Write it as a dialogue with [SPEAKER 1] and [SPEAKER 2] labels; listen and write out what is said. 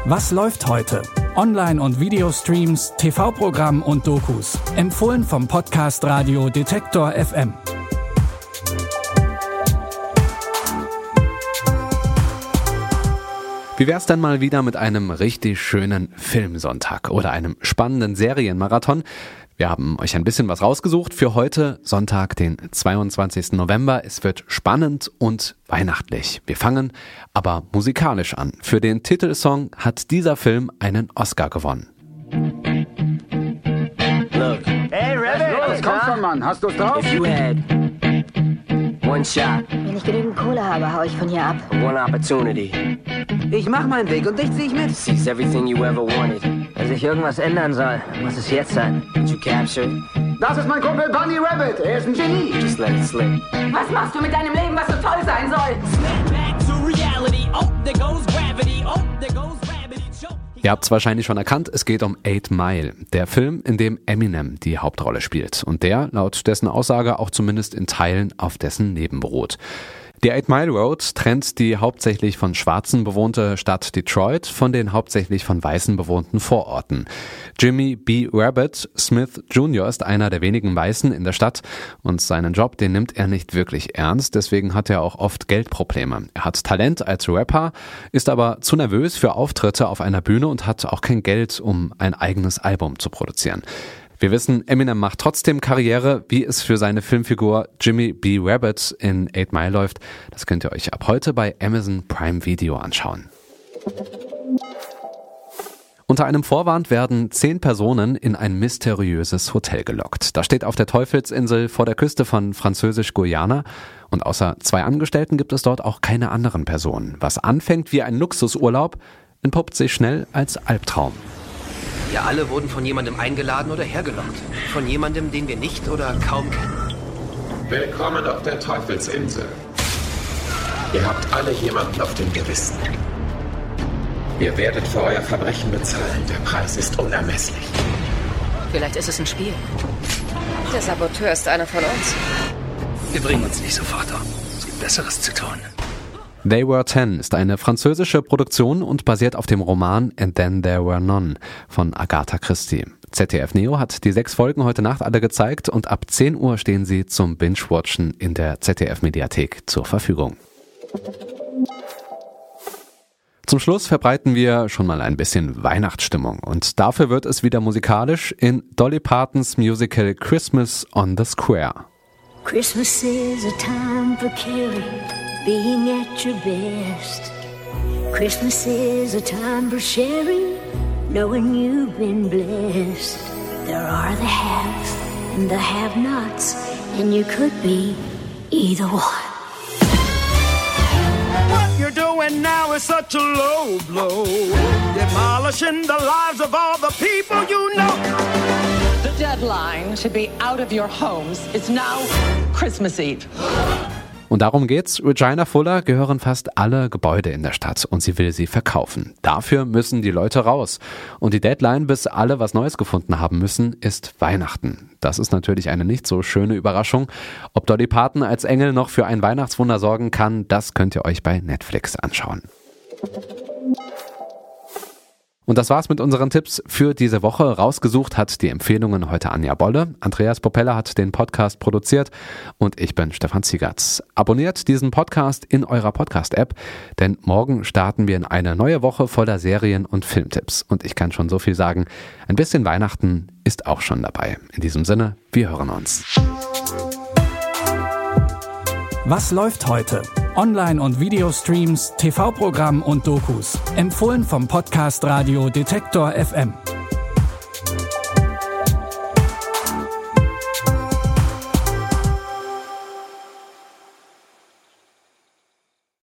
[SPEAKER 1] Was läuft heute? Online- und Videostreams, TV-Programm und Dokus. Empfohlen vom Podcast Radio Detektor FM.
[SPEAKER 2] Wie wär's denn mal wieder mit einem richtig schönen Filmsonntag oder einem spannenden Serienmarathon? Wir haben euch ein bisschen was rausgesucht für heute, Sonntag, den 22. November. Es wird spannend und weihnachtlich. Wir fangen aber musikalisch an. Für den Titelsong hat dieser Film einen Oscar gewonnen.
[SPEAKER 3] Look.
[SPEAKER 4] Hey, Rabbit!
[SPEAKER 3] Was kommt von, Mann? Hast du's drauf?
[SPEAKER 4] If you had one shot,
[SPEAKER 5] Wenn ich genügend Kohle habe, hau ich von hier ab.
[SPEAKER 4] one opportunity,
[SPEAKER 6] Ich mach meinen Weg und dich zieh ich mit.
[SPEAKER 4] seize everything you ever wanted,
[SPEAKER 6] Wenn sich irgendwas ändern soll, muss es jetzt sein.
[SPEAKER 4] that you captured,
[SPEAKER 3] Das ist mein Kumpel Bunny Rabbit. Er ist ein Genie.
[SPEAKER 4] just let it slip.
[SPEAKER 7] Was machst du mit deinem Leben, was so toll sein soll?
[SPEAKER 2] Ihr habt es wahrscheinlich schon erkannt, es geht um 8 Mile, der Film, in dem Eminem die Hauptrolle spielt und der, laut dessen Aussage, auch zumindest in Teilen auf dessen Leben beruht. Die 8 Mile Road trennt die hauptsächlich von Schwarzen bewohnte Stadt Detroit von den hauptsächlich von Weißen bewohnten Vororten. Jimmy B. Rabbit Smith Jr. ist einer der wenigen Weißen in der Stadt und seinen Job, den nimmt er nicht wirklich ernst, deswegen hat er auch oft Geldprobleme. Er hat Talent als Rapper, ist aber zu nervös für Auftritte auf einer Bühne und hat auch kein Geld, um ein eigenes Album zu produzieren. Wir wissen, Eminem macht trotzdem Karriere. Wie es für seine Filmfigur Jimmy B. Rabbit in 8 Mile läuft, das könnt ihr euch ab heute bei Amazon Prime Video anschauen. Unter einem Vorwand werden 10 Personen in ein mysteriöses Hotel gelockt. Das steht auf der Teufelsinsel vor der Küste von Französisch-Guyana und außer 2 Angestellten gibt es dort auch keine anderen Personen. Was anfängt wie ein Luxusurlaub, entpuppt sich schnell als Albtraum.
[SPEAKER 8] Wir alle wurden von jemandem eingeladen oder hergelockt. Von jemandem, den wir nicht oder kaum kennen.
[SPEAKER 9] Willkommen auf der Teufelsinsel. Ihr habt alle jemanden auf dem Gewissen. Ihr werdet für euer Verbrechen bezahlen. Der Preis ist unermesslich.
[SPEAKER 7] Vielleicht ist es ein Spiel. Der Saboteur ist einer von uns.
[SPEAKER 8] Wir bringen uns nicht sofort um. Es gibt Besseres zu tun.
[SPEAKER 2] They Were 10 ist eine französische Produktion und basiert auf dem Roman And Then There Were None von Agatha Christie. ZDF Neo hat die 6 Folgen heute Nacht alle gezeigt und ab 10 Uhr stehen sie zum Binge-Watchen in der ZDF-Mediathek zur Verfügung. Zum Schluss verbreiten wir schon mal ein bisschen Weihnachtsstimmung und dafür wird es wieder musikalisch in Dolly Partons Musical Christmas on the Square.
[SPEAKER 5] Christmas is a time for caring, being at your best. Christmas is a time for sharing, knowing you've been blessed. There are the haves and the have-nots, and you could be either one.
[SPEAKER 10] What you're doing now is such a low blow, demolishing the lives of all the people you know.
[SPEAKER 7] The deadline to be out of your homes is now Christmas Eve.
[SPEAKER 2] Und darum geht's. Regina Fuller gehören fast alle Gebäude in der Stadt und sie will sie verkaufen. Dafür müssen die Leute raus. Und die Deadline, bis alle was Neues gefunden haben müssen, ist Weihnachten. Das ist natürlich eine nicht so schöne Überraschung. Ob Dolly Parton als Engel noch für ein Weihnachtswunder sorgen kann, das könnt ihr euch bei Netflix anschauen. Und das war's mit unseren Tipps für diese Woche. Rausgesucht hat die Empfehlungen heute Anja Bolle. Andreas Propeller hat den Podcast produziert und ich bin Stefan Ziegertz. Abonniert diesen Podcast in eurer Podcast-App, denn morgen starten wir in eine neue Woche voller Serien- und Filmtipps. Und ich kann schon so viel sagen, ein bisschen Weihnachten ist auch schon dabei. In diesem Sinne, wir hören uns.
[SPEAKER 1] Was läuft heute? Online- und Videostreams, TV-Programm und Dokus. Empfohlen vom Podcast Radio Detektor FM.